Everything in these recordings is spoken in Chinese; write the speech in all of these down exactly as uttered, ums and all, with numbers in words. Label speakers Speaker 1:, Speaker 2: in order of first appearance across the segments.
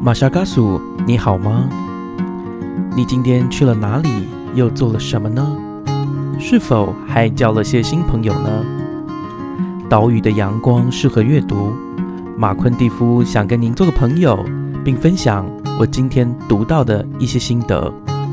Speaker 1: 马夏嘎苏，你好吗？你今天去了哪里？又做了什么呢？是否还交了些新朋友呢？岛屿的阳光适合阅读，马昆蒂夫想跟您做个朋友，并分享我今天读到的一些心得。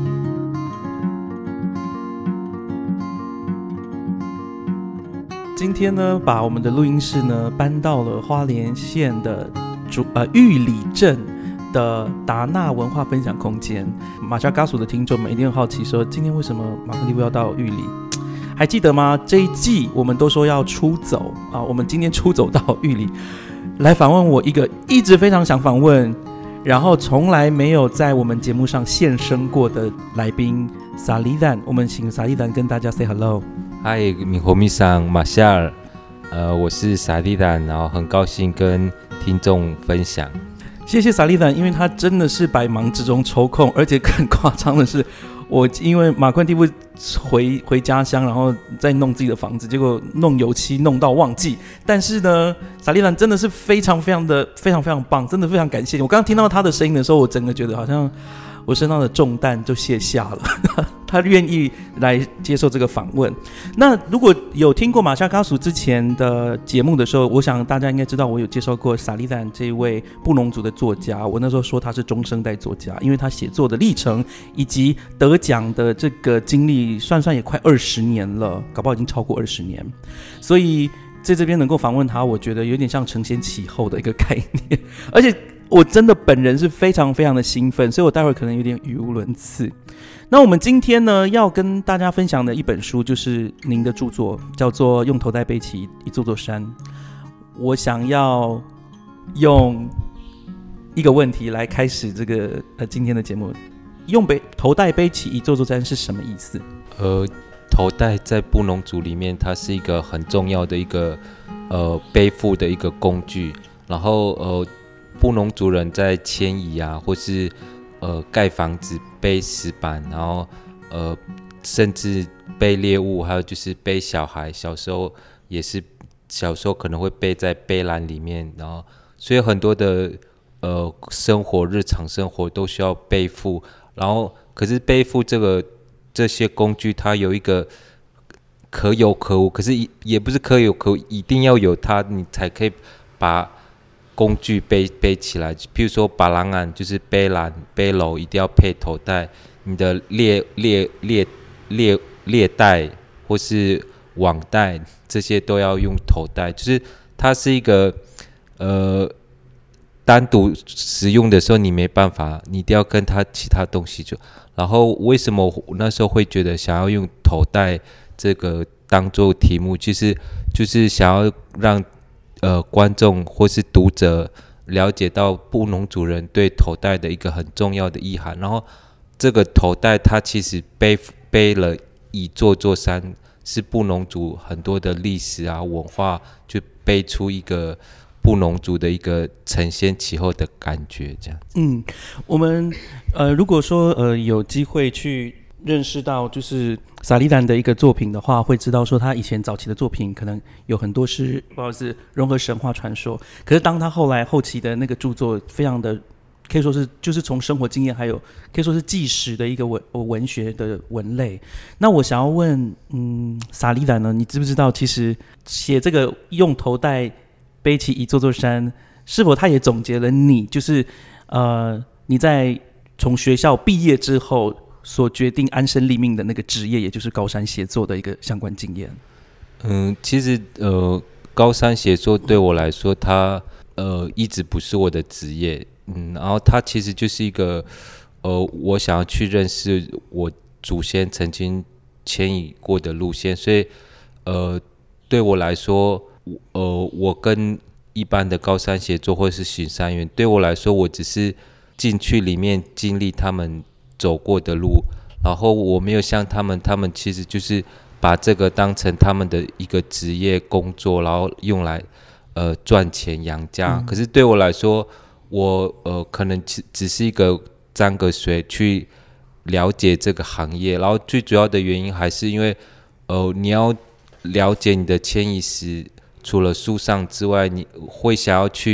Speaker 1: 今天呢，把我们的录音室呢搬到了花莲县的主呃玉里镇的达纳文化分享空间。马夏嘎苏的听众们一定很好奇说，今天为什么马昆蒂夫要到玉里？还记得吗？这一季我们都说要出走啊，我们今天出走到玉里来访问我一个一直非常想访问，然后从来没有在我们节目上现身过的来宾萨利丹。我们请萨利丹跟大家 say hello。
Speaker 2: 嗨，米hồ米桑马夏尔，呃，我是萨利丹，然后很高兴跟听众分享。
Speaker 1: 谢谢萨利丹，因为他真的是百忙之中抽空，而且更夸张的是，我因为马昆蒂夫回回家乡，然后再弄自己的房子，结果弄油漆弄到忘记。但是呢，萨利丹真的是非常非常的非常非常棒，真的非常感谢你。我刚刚听到他的声音的时候，我整个觉得好像我身上的重担就卸下了。他愿意来接受这个访问。那如果有听过马夏嘎苏之前的节目的时候，我想大家应该知道我有介绍过萨利丹这位布农族的作家。我那时候说他是中生代作家，因为他写作的历程以及得奖的这个经历，算算也快二十年了，搞不好已经超过二十年。所以在这边能够访问他，我觉得有点像承先启后的一个概念，而且我真的本人是非常非常的兴奋，所以我待会儿可能有点语无伦次。那我们今天呢要跟大家分享的一本书就是您的著作，叫做《用头带背起一座座山》。我想要用一个问题来开始这个呃今天的节目，用背头带背起一座座山是什么意思？
Speaker 2: 呃，头带在布农族里面，它是一个很重要的一个呃背负的一个工具。然后呃，布农族人在迁移啊，或是呃，盖房子背石板，然后呃，甚至背猎物，还有就是背小孩，小时候也是小时候可能会背在背篮里面，然后所以很多的呃生活日常生活都需要背负，然后可是背负这个这些工具，它有一个可有可无，可是也不是可有可无，一定要有它，你才可以把工具 背, 背起来。譬如说把郎案就是背篮背篓一定要配头带，你的猎猎猎猎猎带或是网带这些都要用头带，就是它是一个呃单独使用的时候你没办法，你一定要跟它其他东西就。然后为什么我那时候会觉得想要用头带这个当做题目，其实就是想要让呃，观众或是读者了解到布农族人对头带的一个很重要的意涵，然后这个头带它其实 背, 背了一座座山，是布农族很多的历史啊文化，就背出一个布农族的一个承先启后的感觉，这样。嗯，
Speaker 1: 我们呃，如果说呃有机会去认识到就是萨利丹的一个作品的话，会知道说他以前早期的作品可能有很多是不好意思融合神话传说，可是当他后来后期的那个著作非常的可以说是就是从生活经验还有可以说是纪实的一个 文, 文学的文类。那我想要问嗯，萨利丹呢，你知不知道其实写这个用头带背起一座座山，是否他也总结了你就是呃你在从学校毕业之后所决定安身立命的那个职业，也就是高山写作的一个相关经验？
Speaker 2: 嗯，其实呃，高山写作对我来说，它呃一直不是我的职业，嗯，然后它其实就是一个呃，我想要去认识我祖先曾经迁移过的路线，所以呃，对我来说，呃，我跟一般的高山写作或是巡山员，对我来说，我只是进去里面经历他们走过的路，然后我没有像他们，他们其实就是把这个当成他们的一个职业工作，然后用来呃赚钱养家。嗯、可是对我来说，我呃可能只只是一个沾个水去了解这个行业，然后最主要的原因还是因为呃你要了解你的迁移史，除了书上之外，你会想要去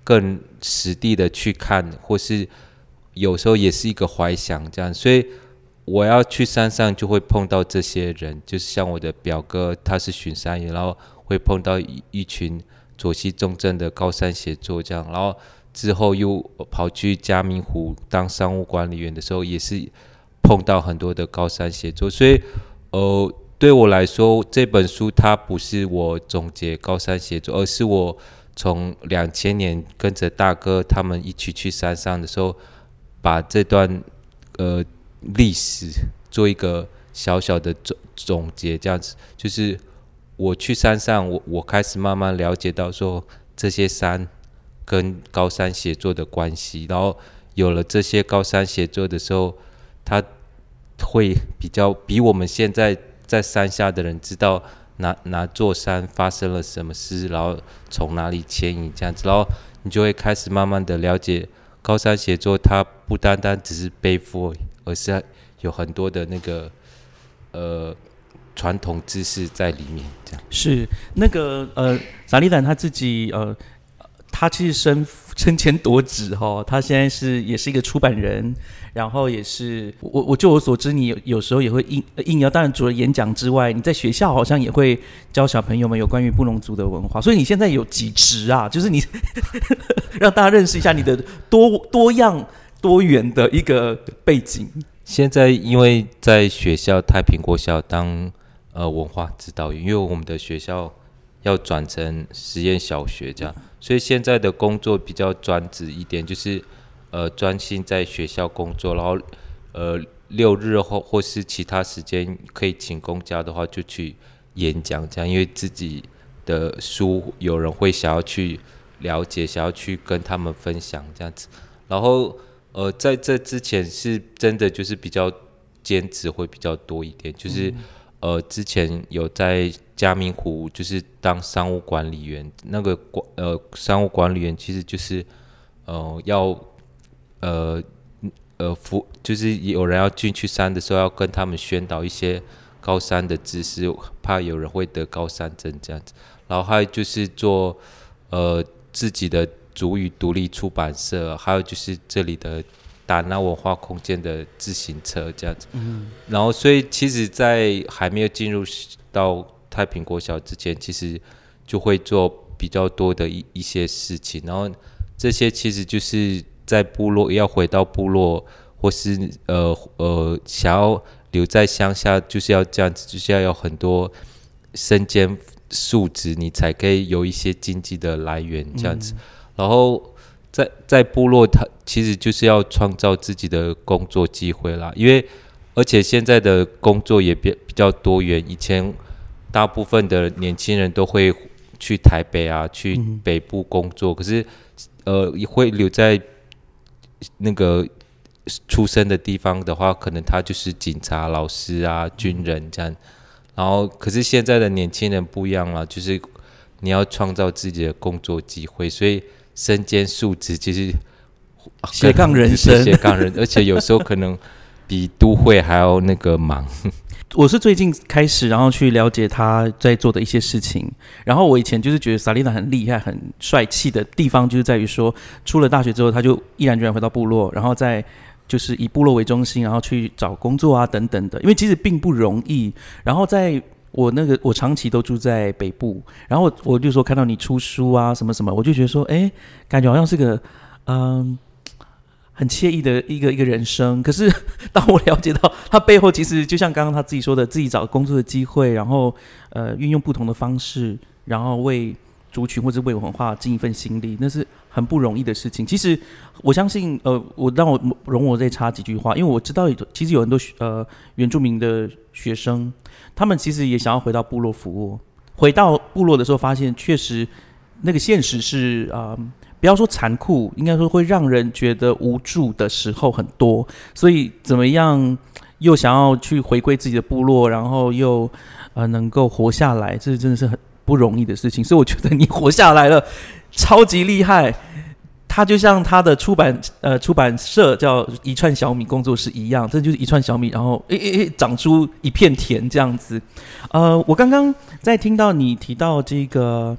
Speaker 2: 更实地的去看，或是有时候也是一个怀想这样，所以我要去山上就会碰到这些人，就是像我的表哥他是巡山员，然后会碰到 一, 一群左溪重镇的高山协作这样，然后之后又跑去嘉明湖当商务管理员的时候，也是碰到很多的高山协作，所以呃，对我来说这本书它不是我总结高山协作，而是我从两千年跟着大哥他们一起去山上的时候，把这段呃历史做一个小小的总总结，这样子就是我去山上，我我开始慢慢了解到说这些山跟高山协作的关系，然后有了这些高山协作的时候，它会比较比我们现在在山下的人知道哪哪座山发生了什么事，然后从哪里迁移这样子，然后你就会开始慢慢的了解高山协作，它不单单只是背负而已，而是有很多的那个呃传统知识在里面。这样
Speaker 1: 是那个呃，萨利兰他自己呃，他其实身身兼多职哈、哦，他现在是也是一个出版人，然后也是我我就我所知，你有有时候也会应应邀，当然除了演讲之外，你在学校好像也会教小朋友们有关于布农族的文化，所以你现在有几职啊？就是你让大家认识一下你的多多样多元的一个背景。
Speaker 2: 现在因为在学校太平国小当呃文化指导员，因为我们的学校要转成实验小学这样，所以现在的工作比较专职一点，就是呃专心在学校工作，然后呃六日后或是其他时间可以请公假的话就去演讲这样，因为自己的书有人会想要去了解，想要去跟他们分享这样子，然后呃在这之前是真的就是比较兼职会比较多一点，就是、嗯、呃之前有在嘉明湖就是当商务管理员，那个呃商务管理员其实就是呃要呃呃服，就是有人要进去山的时候要跟他们宣导一些高山的知识，怕有人会得高山症这样子。然后还有就是做呃自己的族语独立出版社，还有就是这里的达那文化空间的自行车这样子。嗯，然后所以其实，在还没有进入到太平国小之前，其实就会做比较多的 一, 一些事情，然后这些其实就是在部落要回到部落，或是呃呃想要留在乡下，就是要这样子，就是要有很多身兼数职，你才可以有一些经济的来源这样子。嗯、然后在在部落，它其实就是要创造自己的工作机会啦，因为而且现在的工作也比比较多元，以前大部分的年轻人都会去台北啊，去北部工作，嗯、可是呃会留在那个出生的地方的话，可能他就是警察、老师啊、军人这样。然后，可是现在的年轻人不一样了，就是你要创造自己的工作机会，所以身兼数职，其实
Speaker 1: 斜杠人生，
Speaker 2: 斜杠人，而且有时候可能比都会还要那个忙。
Speaker 1: 我是最近开始，然后去了解他在做的一些事情。然后我以前就是觉得萨利娜很厉害、很帅气的地方，就是在于说，出了大学之后，他就毅然决然回到部落，然后再就是以部落为中心，然后去找工作啊等等的。因为其实并不容易。然后在我那个我长期都住在北部，然后我就说看到你出书啊什么什么，我就觉得说，哎，感觉好像是个嗯。很惬意的一个一个人生，可是当我了解到他背后其实就像刚刚他自己说的，自己找工作的机会，然后呃运用不同的方式，然后为族群或者为文化尽一份心力，那是很不容易的事情。其实我相信，呃，我让我容我再插几句话，因为我知道其实有很多呃原住民的学生，他们其实也想要回到部落服务，回到部落的时候发现，确实那个现实是啊。呃不要说残酷，应该说会让人觉得无助的时候很多，所以怎么样又想要去回归自己的部落，然后又呃能够活下来，这真的是很不容易的事情。所以我觉得你活下来了，超级厉害。他就像他的出版呃出版社叫一串小米工作室一样，这就是一串小米，然后诶诶诶长出一片田这样子。呃，我刚刚在听到你提到这个。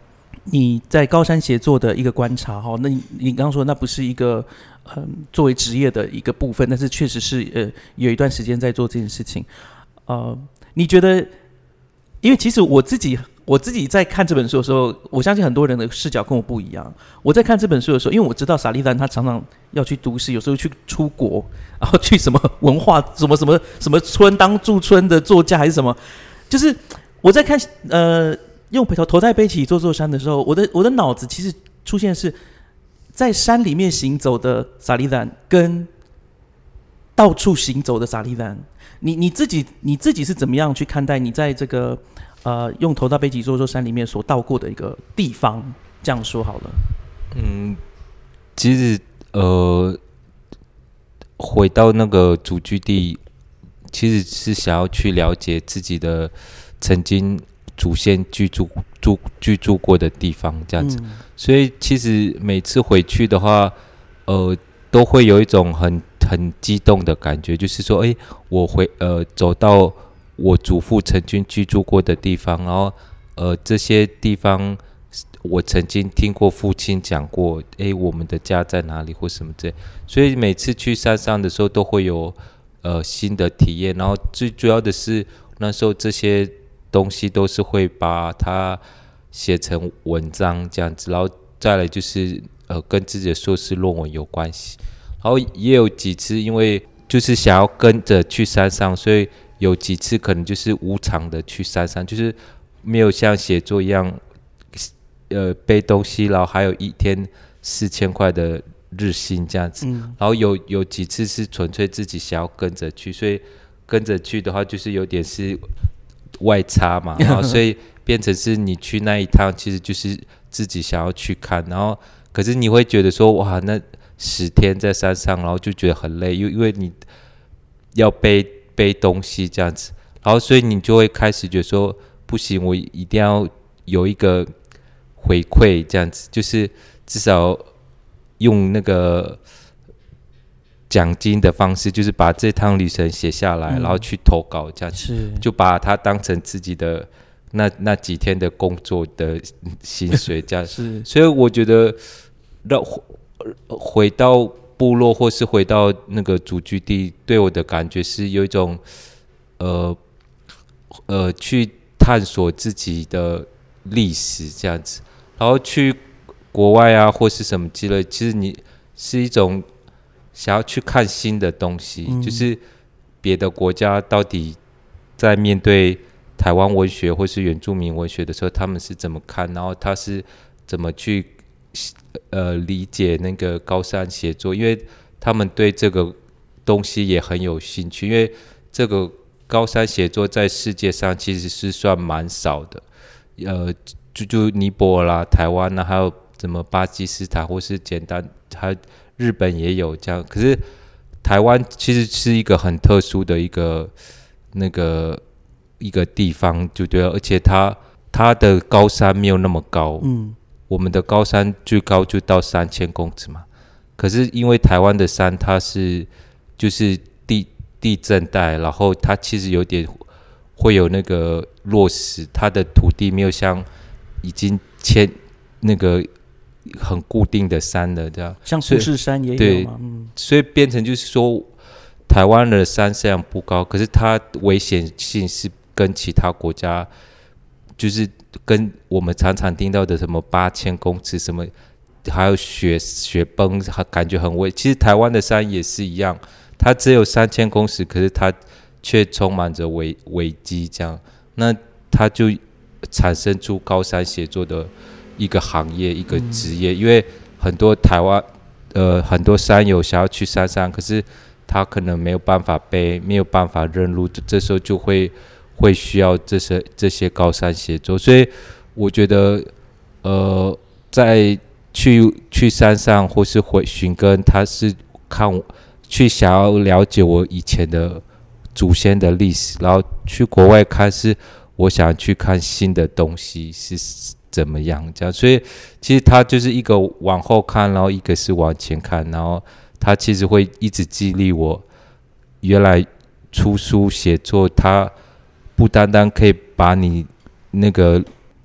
Speaker 1: 你在高山协作的一个观察哈，那你你刚刚说那不是一个嗯作为职业的一个部分，但是确实是呃有一段时间在做这件事情。呃，你觉得？因为其实我自己我自己在看这本书的时候，我相信很多人的视角跟我不一样。我在看这本书的时候，因为我知道萨利兰他常常要去都市，有时候去出国，然后去什么文化什么什么什么村当驻村的作家还是什么，就是我在看呃用头头戴背起这座山的时候，我的我的脑子其实出现的是在山里面行走的萨利兰跟到处行走的萨利兰。你你自己你自己是怎么样去看待你在这个呃用头戴背脊这座山里面所到过的一个地方？这样说好了。
Speaker 2: 嗯，其实呃，回到那个祖居地，其实是想要去了解自己的曾经祖先居住住居住过的地方，这样子。嗯、所以其实每次回去的话，呃，都会有一种很很激动的感觉，就是说，哎，我回呃走到我祖父曾经居住过的地方，然后呃这些地方我曾经听过父亲讲过，哎，我们的家在哪里或什么之类，所以每次去山上的时候都会有呃新的体验，然后最主要的是那时候这些东西都是会把它写成文章这样子，然后再来就是呃跟自己的硕士论文有关系。然后也有几次，因为就是想要跟着去山上，所以有几次可能就是无偿的去山上，就是没有像写作一样，呃，背东西，然后还有一天四千块的日薪这样子。嗯、然后有有几次是纯粹自己想要跟着去，所以跟着去的话，就是有点是外差嘛，然后所以变成是你去那一趟，其实就是自己想要去看，然后可是你会觉得说，哇，那十天在山上，然后就觉得很累，因为你要背背东西这样子，然后所以你就会开始觉得说，不行，我一定要有一个回馈这样子，就是至少用那个奖金的方式，就是把这趟旅程写下来，嗯、然后去投稿这样子，就把它当成自己的那那几天的工作的薪水这样子。所以我觉得让回到部落或是回到那个祖居地，对我的感觉是有一种呃呃去探索自己的历史这样子，然后去国外啊或是什么之类，其实你是一种想要去看新的东西，嗯、就是别的国家到底在面对台湾文学或是原住民文学的时候，他们是怎么看，然后他是怎么去呃，理解那个高山写作，因为他们对这个东西也很有兴趣，因为这个高山写作在世界上其实是算蛮少的，呃，就就尼泊尔啦、台湾啦，还有什么巴基斯坦或是简单，还日本也有这样，可是台湾其实是一个很特殊的一个那个一个地方，就对了，而且它它的高山没有那么高，嗯。我们的高山最高就到三千公尺嘛，可是因为台湾的山它是就是地地震带，然后它其实有点会有那个落石，它的土地没有像已经迁那个很固定的山了，这样
Speaker 1: 像富士山也有嘛，嗯，
Speaker 2: 所以变成就是说，台湾的山虽然不高，可是它危险性是跟其他国家就是。跟我们常常听到的什么八千公尺什么，还有雪雪崩，感觉很危。其实台湾的山也是一样，它只有三千公尺，可是它却充满着危危机。这样，那它就产生出高山写作的一个行业，一个职业。嗯、因为很多台湾呃很多山友想要去山上，可是他可能没有办法背，没有办法认路，这时候就会。会需要这些这些高山写作，所以我觉得，呃，在去去山上或是回寻根，他是看去想要了解我以前的祖先的历史，然后去国外看是我想去看新的东西是怎么样这样，所以其实他就是一个往后看，然后一个是往前看，然后他其实会一直激励我，原来出书写作他。不单单可以把你那个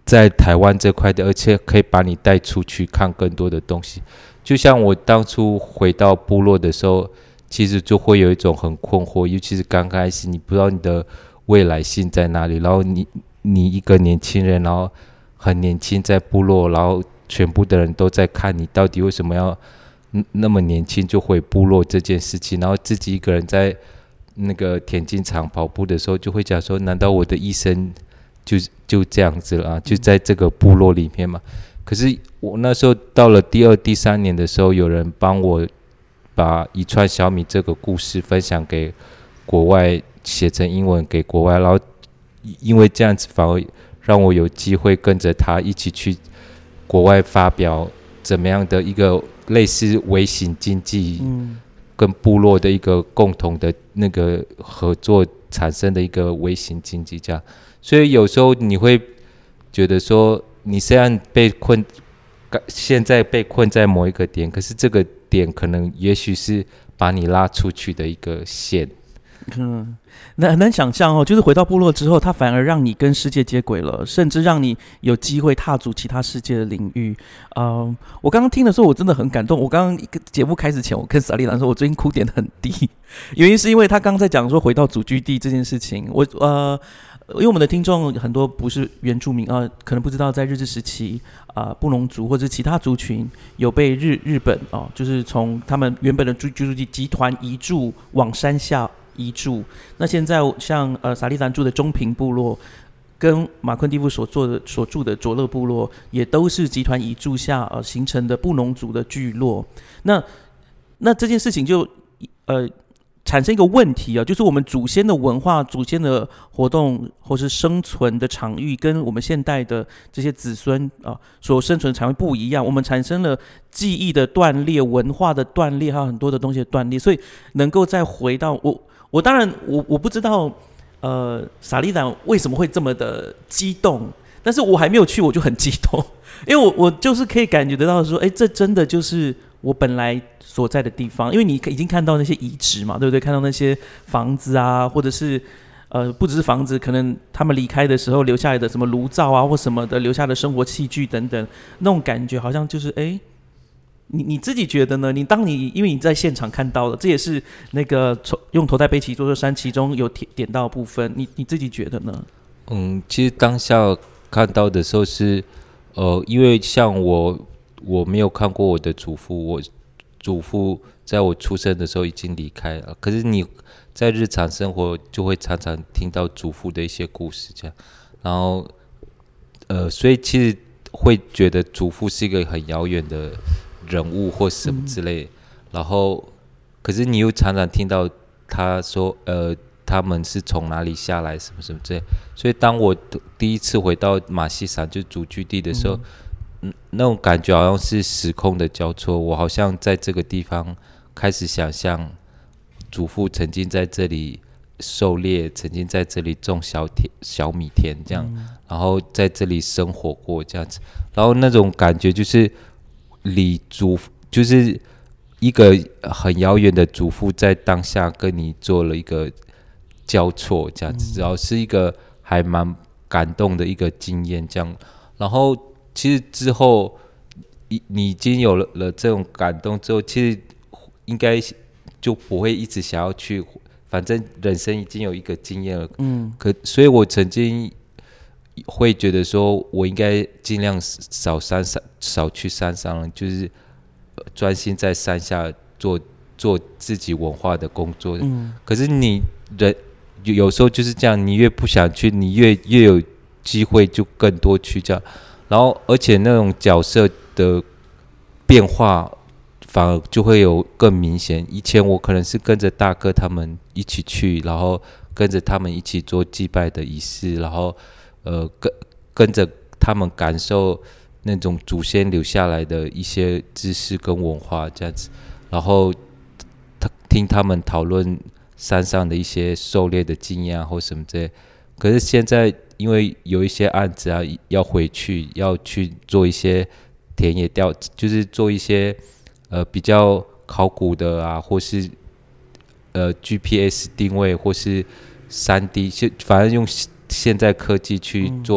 Speaker 2: 在台湾这块的，而且可以把你带出去看更多的东西。就像我当初回到部落的时候，其实就会有一种很困惑，尤其是刚开始，你不知道你的未来性在哪里，然后你你一个年轻人，然后很年轻在部落，然后全部的人都在看你到底为什么要那么年轻就回部落这件事情，然后自己一个人在那个田径场跑步的时候，就会讲说，难道我的一生就就这样子了啊？就在这个部落里面嘛？可是我那时候到了第二、第三年的时候，有人帮我把一串小米这个故事分享给国外，写成英文给国外，然后因为这样子反而让我有机会跟着他一起去国外发表怎么样的一个类似微型经济跟部落的一个共同的那个合作产生的一个微型经济这样。所以有时候你会觉得说，你虽然被困，现在被困在某一个点，可是这个点可能也许是把你拉出去的一个线。
Speaker 1: 嗯，那很难想象哦，就是回到部落之后，它反而让你跟世界接轨了，甚至让你有机会踏足其他世界的领域。嗯，我刚刚听的时候，我真的很感动。我刚刚节目开始前，我跟萨利兰说，我最近哭点很低，原因是因为他刚刚在讲说回到祖居地这件事情。我呃，因为我们的听众很多不是原住民啊、呃，可能不知道在日治时期啊、呃，布农族或者其他族群有被日日本啊、呃，就是从他们原本的居住地集团移驻往山下。移住，那现在像呃萨利兰住的中平部落，跟马昆蒂夫所做的所住的佐勒部落，也都是集团移驻下呃形成的布农族的聚落。那那这件事情就呃产生一个问题啊，就是我们祖先的文化、祖先的活动或是生存的场域，跟我们现代的这些子孙啊所生存的场域不一样，我们产生了记忆的断裂、文化的断裂，还有很多的东西的断裂，所以能够再回到我。我当然我，我不知道，呃，萨利兰为什么会这么的激动，但是我还没有去，我就很激动，因为我我就是可以感觉得到说，哎，这真的就是我本来所在的地方，因为你已经看到那些遗址嘛，对不对？看到那些房子啊，或者是呃，不只是房子，可能他们离开的时候留下来的什么炉灶啊，或什么的，留下的生活器具等等，那种感觉好像就是哎。你你自己觉得呢？你当你因为你在现场看到了，这也是那个用头戴背起这座山其中有点到的部分，你你自己觉得呢？
Speaker 2: 嗯，其实当下看到的时候是，呃，因为像我我没有看过我的祖父，我祖父在我出生的时候已经离开了。可是你在日常生活就会常常听到祖父的一些故事，这样，然后呃，所以其实会觉得祖父是一个很遥远的人物或什么之类，嗯、然后可是你又常常听到他说，呃，他们是从哪里下来，什么什么之类。所以当我第一次回到马西山，就祖居地的时候，嗯，那种感觉好像是时空的交错，我好像在这个地方开始想象祖父曾经在这里狩猎，曾经在这里种小田、小米田这样，嗯、然后在这里生活过这样子，然后那种感觉就是。李祖就是一个很遥远的祖父，在当下跟你做了一个交错，这样子，然后是一个还蛮感动的一个经验，这样。然后其实之后，你已经有了了这种感动之后，其实应该就不会一直想要去，反正人生已经有一个经验了。嗯，可所以我曾经。会觉得说，我应该尽量少山上少去山上，就是专心在山下做做自己文化的工作。嗯、可是你人有时候就是这样，你越不想去，你越越有机会就更多去这样。然后，而且那种角色的变化反而就会有更明显。以前我可能是跟着大哥他们一起去，然后跟着他们一起做祭拜的仪式，然后。呃，跟跟着他们感受那种祖先留下来的一些知识跟文化这样子，然后听他们讨论山上的一些狩猎的经验啊或什么之类。可是现在因为有一些案子啊要回去，要去做一些田野调，就是做一些呃比较考古的啊，或是呃 G P S 定位，或是 三 D， 就反正用。现在科技去做、嗯、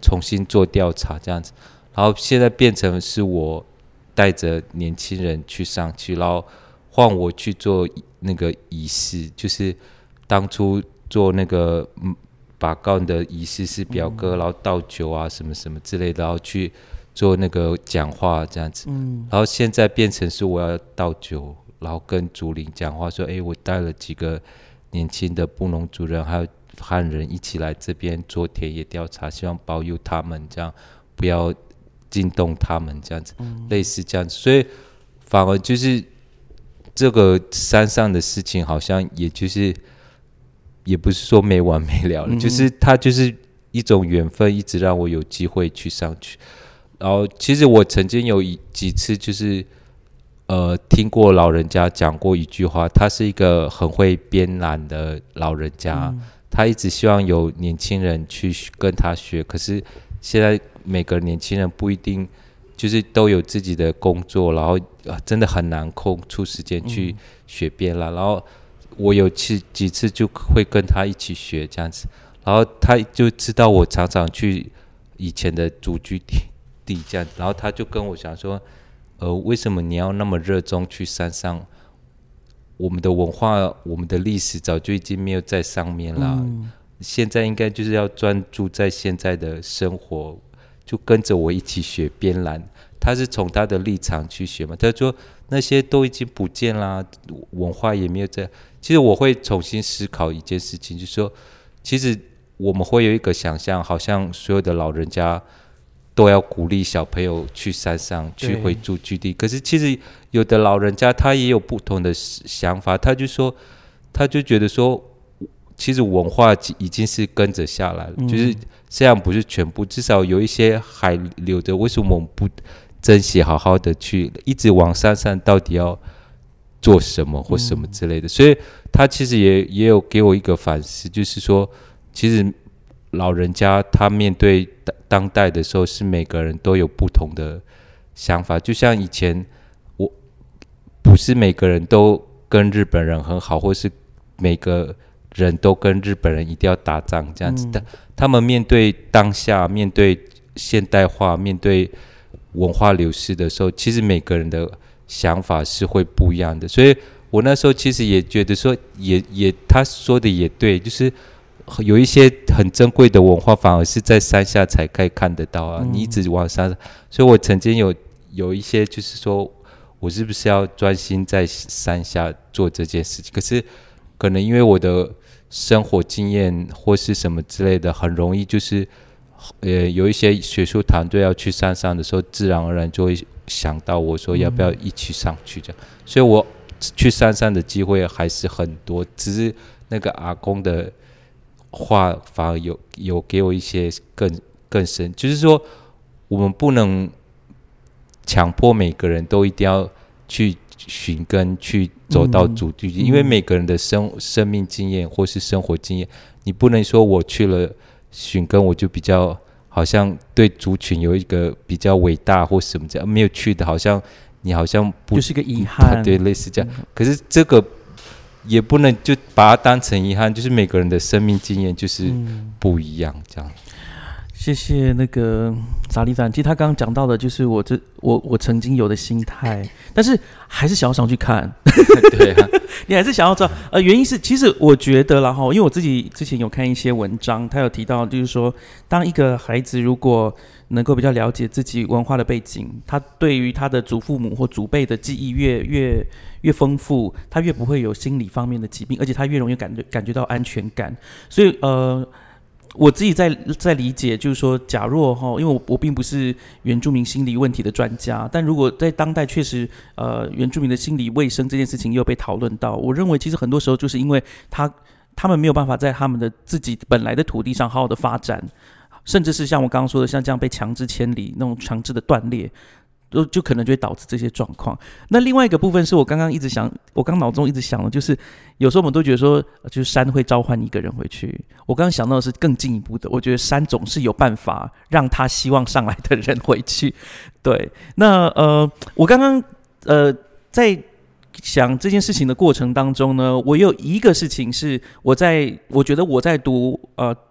Speaker 2: 重新做调查这样子，然后现在变成是我带着年轻人去上去，然后换我去做那个仪式，就是当初做那个把告的仪式是表哥，嗯、然后倒酒啊什么什么之类的，然后去做那个讲话这样子，嗯、然后现在变成是我要倒酒，然后跟祖灵讲话说，哎，我带了几个年轻的布农族人还有汉人一起来这边做田野调查，希望保佑他们，这样不要惊动他们这样子，嗯、类似这样子，所以反而就是这个山上的事情，好像也就是也不是说没完没了了，嗯、就是它就是一种缘分，一直让我有机会去上去。然后其实我曾经有几次就是呃听过老人家讲过一句话，他是一个很会编篮的老人家，嗯、他一直希望有年轻人去跟他学，可是现在每个年轻人不一定就是都有自己的工作，然后、呃、真的很难空出时间去学编篮，嗯、然后我有几几次就会跟他一起学这样子，然后他就知道我常常去以前的祖居地地这样，然后他就跟我讲说，呃，为什么你要那么热衷去山上？我们的文化、我们的历史早就已经没有在上面了，嗯、现在应该就是要专注在现在的生活，就跟着我一起学编篮。他是从他的立场去学嘛，他说那些都已经不见啦，文化也没有在。其实我会重新思考一件事情，就是说，其实我们会有一个想象，好像所有的老人家都要鼓励小朋友去山上去回住居地，可是其实有的老人家他也有不同的想法，他就说，他就觉得说，其实文化已经是跟着下来了，嗯、就是这样不是全部，至少有一些还留着，为什么我们不珍惜好好的去一直往山上到底要做什么或什么之类的，嗯、所以他其实也也有给我一个反思，就是说，其实老人家他面对当代的时候，是每个人都有不同的想法。就像以前，我不是每个人都跟日本人很好，或是每个人都跟日本人一定要打仗这样子的。嗯、他们面对当下，面对现代化，面对文化流失的时候，其实每个人的想法是会不一样的。所以我那时候其实也觉得说也，也他说的也对，就是有一些很珍贵的文化，反而是在山下才可以看得到啊。嗯、你一直往山，所以我曾经有有一些就是说，我是不是要专心在山下做这件事情？可是可能因为我的生活经验或是什么之类的，很容易就是呃有一些学术团队要去山上的时候，自然而然就会想到我说要不要一起上去这样。嗯、所以我去山上的机会还是很多，只是那个阿公的话反而有有给我一些更更深，就是说我们不能强迫每个人都一定要去寻根去走到主地，嗯、因为每个人的生生命经验或是生活经验，你不能说我去了寻根我就比较好像对族群有一个比较伟大或什么这样，没有去的好像你好像不
Speaker 1: 就是个遗憾，
Speaker 2: 对，类似这样。嗯、可是这个也不能就把它当成遗憾，就是每个人的生命经验就是不一样，这样。嗯、
Speaker 1: 谢谢那个查理长，其实他刚刚讲到的，就是我这我我曾经有的心态，但是还是想要上去看。
Speaker 2: 对啊，
Speaker 1: 你还是想要知道，呃，原因是其实我觉得啦哈，因为我自己之前有看一些文章，他有提到，就是说，当一个孩子如果能够比较了解自己文化的背景，他对于他的祖父母或祖辈的记忆越越越丰富，他越不会有心理方面的疾病，而且他越容易感觉感觉到安全感。所以呃，我自己在在理解，就是说，假若哈，因为我我并不是原住民心理问题的专家，但如果在当代确实呃原住民的心理卫生这件事情又被讨论到，我认为其实很多时候就是因为他他们没有办法在他们的自己本来的土地上好好的发展。甚至是像我刚刚说的，像这样被强制迁离、那种强制的断裂，就就可能就会导致这些状况。那另外一个部分是我刚刚一直想，我刚脑中一直想的，就是有时候我们都觉得说，就是山会召唤一个人回去。我刚刚想到的是更进一步的，我觉得山总是有办法让他希望上来的人回去。对，那呃，我刚刚呃在想这件事情的过程当中呢，我有一个事情是我在，我觉得我在读呃。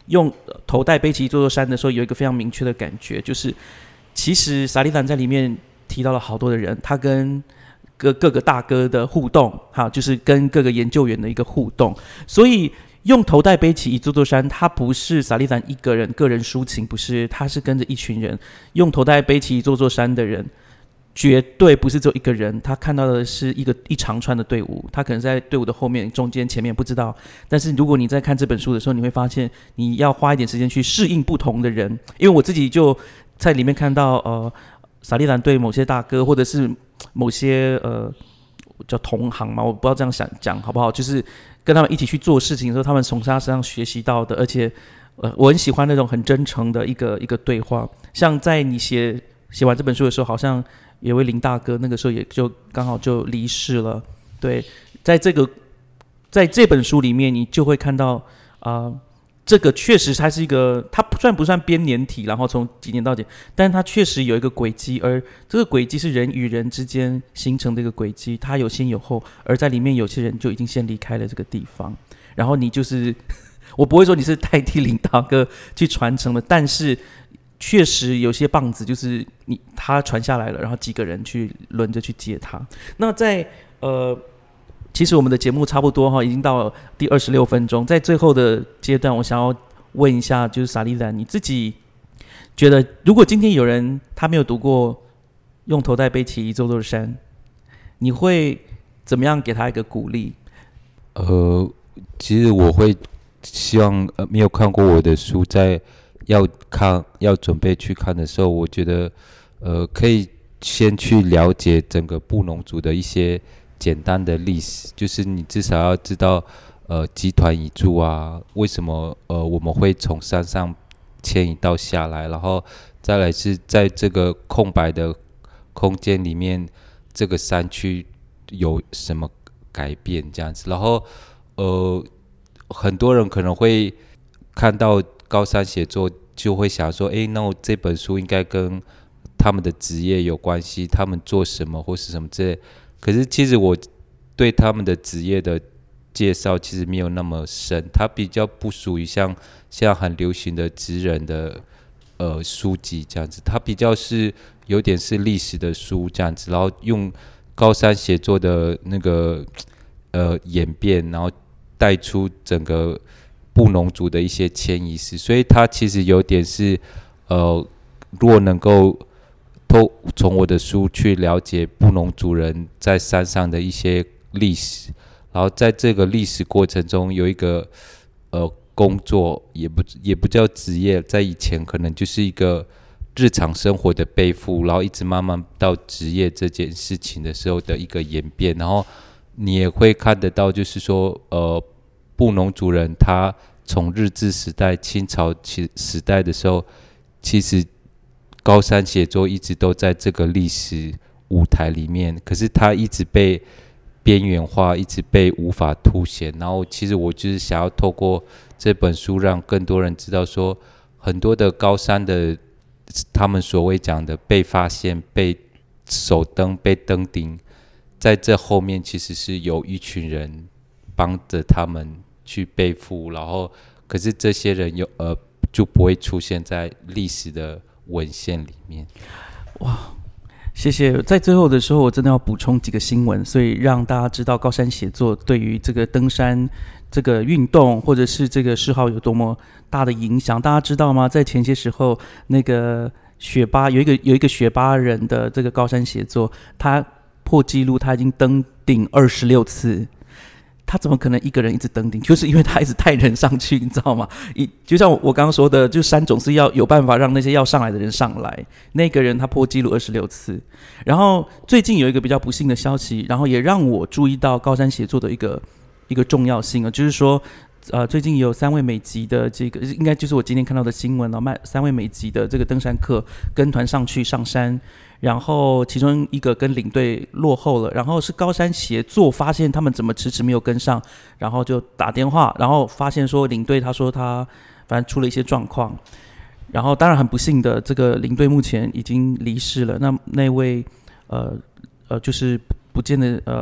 Speaker 1: 用头戴背起一座座山的时候，有一个非常明确的感觉，就是其实萨利兰在里面提到了好多的人，他跟各各个大哥的互动，哈，就是跟各个研究员的一个互动。所以用头戴背起一座座山，他不是萨利兰一个人个人抒情，不是，他是跟着一群人。用头戴背起一座座山的人，绝对不是只有一个人，他看到的是一个一长串的队伍，他可能在队伍的后面、中间、前面不知道。但是如果你在看这本书的时候，你会发现你要花一点时间去适应不同的人。因为我自己就在里面看到，呃，萨利兰对某些大哥或者是某些呃叫同行嘛，我不知道这样想讲好不好，就是跟他们一起去做事情的时候，他们从他身上学习到的，而且呃，我很喜欢那种很真诚的一个一个对话。像在你写写完这本书的时候，好像有位林大哥，那个时候也就刚好就离世了。对，在这个在这本书里面，你就会看到啊、呃，这个确实它是一个，它不算不算编年体，然后从几年到几年，但是它确实有一个轨迹，而这个轨迹是人与人之间形成的一个轨迹，它有先有后，而在里面有些人就已经先离开了这个地方，然后你就是我不会说你是代替林大哥去传承的，但是确实有些棒子就是你他传下来了，然后几个人去轮着去接他。那在呃，其实我们的节目差不多哈，已经到了第二十六分钟，在最后的阶段，我想要问一下，就是萨利兰，你自己觉得，如果今天有人他没有读过《用头戴背起一座座山》，你会怎么样给他一个鼓励？
Speaker 2: 呃，其实我会希望呃没有看过我的书在。要看要准备去看的时候，我觉得呃可以先去了解整个布农族的一些简单的历史，就是你至少要知道呃集团移住啊，为什么呃我们会从山上迁移到下来，然后再来是在这个空白的空间里面，这个山区有什么改变这样子，然后呃很多人可能会看到高山写作就会想说，哎，那我这本书应该跟他们的职业有关系，他们做什么或是什么之类。可是其实我对他们的职业的介绍其实没有那么深，它比较不属于像现在很流行的职人的呃书籍这样子，它比较是有点是历史的书这样子，然后用高山写作的那个呃演变，然后带出整个布农族的一些迁移史，所以它其实有点是，呃，如果能够透从我的书去了解布农族人在山上的一些历史，然后在这个历史过程中有一个呃工作，也不也不叫职业，在以前可能就是一个日常生活的背负，然后一直慢慢到职业这件事情的时候的一个演变，然后你也会看得到，就是说，呃。布农族人他从日治时代、清朝时代的时候，其实高山写作一直都在这个历史舞台里面，可是他一直被边缘化，一直被无法凸显。然后，其实我就是想要透过这本书，让更多人知道说，很多的高山的他们所谓讲的被发现、被首登、被登顶，在这后面其实是有一群人帮着他们去背负，然后可是这些人有呃就不会出现在历史的文献里面。
Speaker 1: 哇，谢谢。在最后的时候，我真的要补充几个新闻，所以让大家知道高山写作对于这个登山这个运动或者是这个嗜好有多么大的影响。大家知道吗？在前些时候，那个雪巴有一个有一个雪巴人的这个高山写作，他破纪录，他已经登顶二十六次。他怎么可能一个人一直登顶？就是因为他一直带人上去，你知道吗？就像我刚刚说的，就山总是要有办法让那些要上来的人上来。那个人他破纪录二十六次。然后最近有一个比较不幸的消息，然后也让我注意到高山写作的一个一个重要性啊，就是说，呃，最近有三位美籍的这个，应该就是我今天看到的新闻了，三位美籍的这个登山客跟团上去上山。然后其中一个跟领队落后了，然后是高山协作发现他们怎么迟迟没有跟上，然后就打电话，然后发现说领队他说他反正出了一些状况，然后当然很不幸的，这个领队目前已经离世了。那那位呃呃就是不见的呃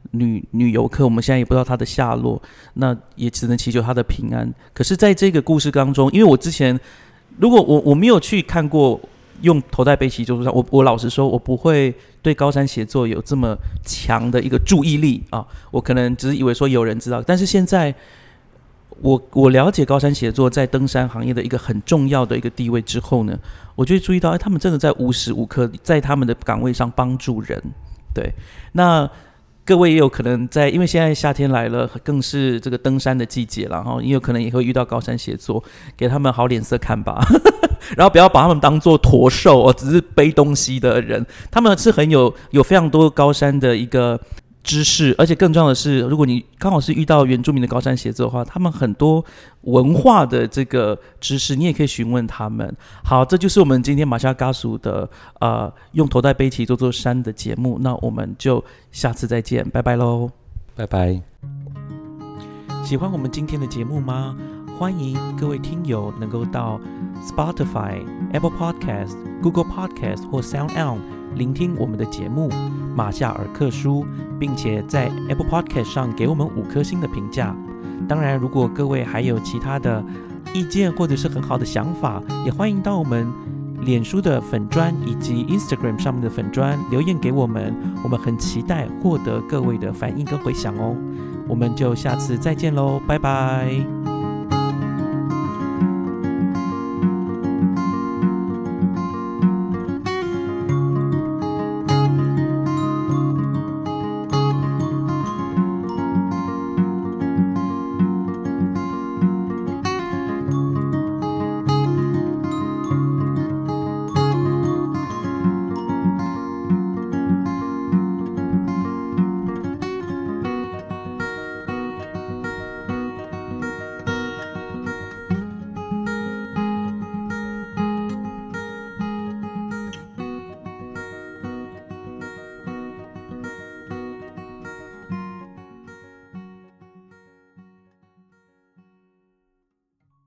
Speaker 1: 女女游客，我们现在也不知道她的下落，那也只能祈求她的平安。可是在这个故事当中，因为我之前如果我我没有去看过用头戴杯旗咒术，我我老实说，我不会对高山协作有这么强的一个注意力啊，我可能只是以为说有人知道，但是现在我我了解高山协作在登山行业的一个很重要的一个地位之后呢，我就会注意到，哎，他们真的在无时无刻在他们的岗位上帮助人。对，那各位也有可能在，因为现在夏天来了，更是这个登山的季节了，然后也有可能也会遇到高山协作，给他们好脸色看吧。然后不要把他们当作驼兽哦，只是背东西的人，他们是很有有非常多高山的一个知识，而且更重要的是，如果你刚好是遇到原住民的高山协作的话，他们很多文化的这个知识，你也可以询问他们。好，这就是我们今天马夏嘎苏的呃用头戴杯旗做做山的节目，那我们就下次再见，拜拜喽，
Speaker 2: 拜拜。
Speaker 1: 喜欢我们今天的节目吗？欢迎各位听友能够到 Spotify、Apple Podcast、Google Podcast 或 SoundOn 聆听我们的节目马夏尔克书，并且在 Apple Podcast 上给我们五颗星的评价。当然，如果各位还有其他的意见或者是很好的想法，也欢迎到我们脸书的粉专以及 Instagram 上面的粉专留言给我们，我们很期待获得各位的反应跟回响哦。我们就下次再见喽，拜拜。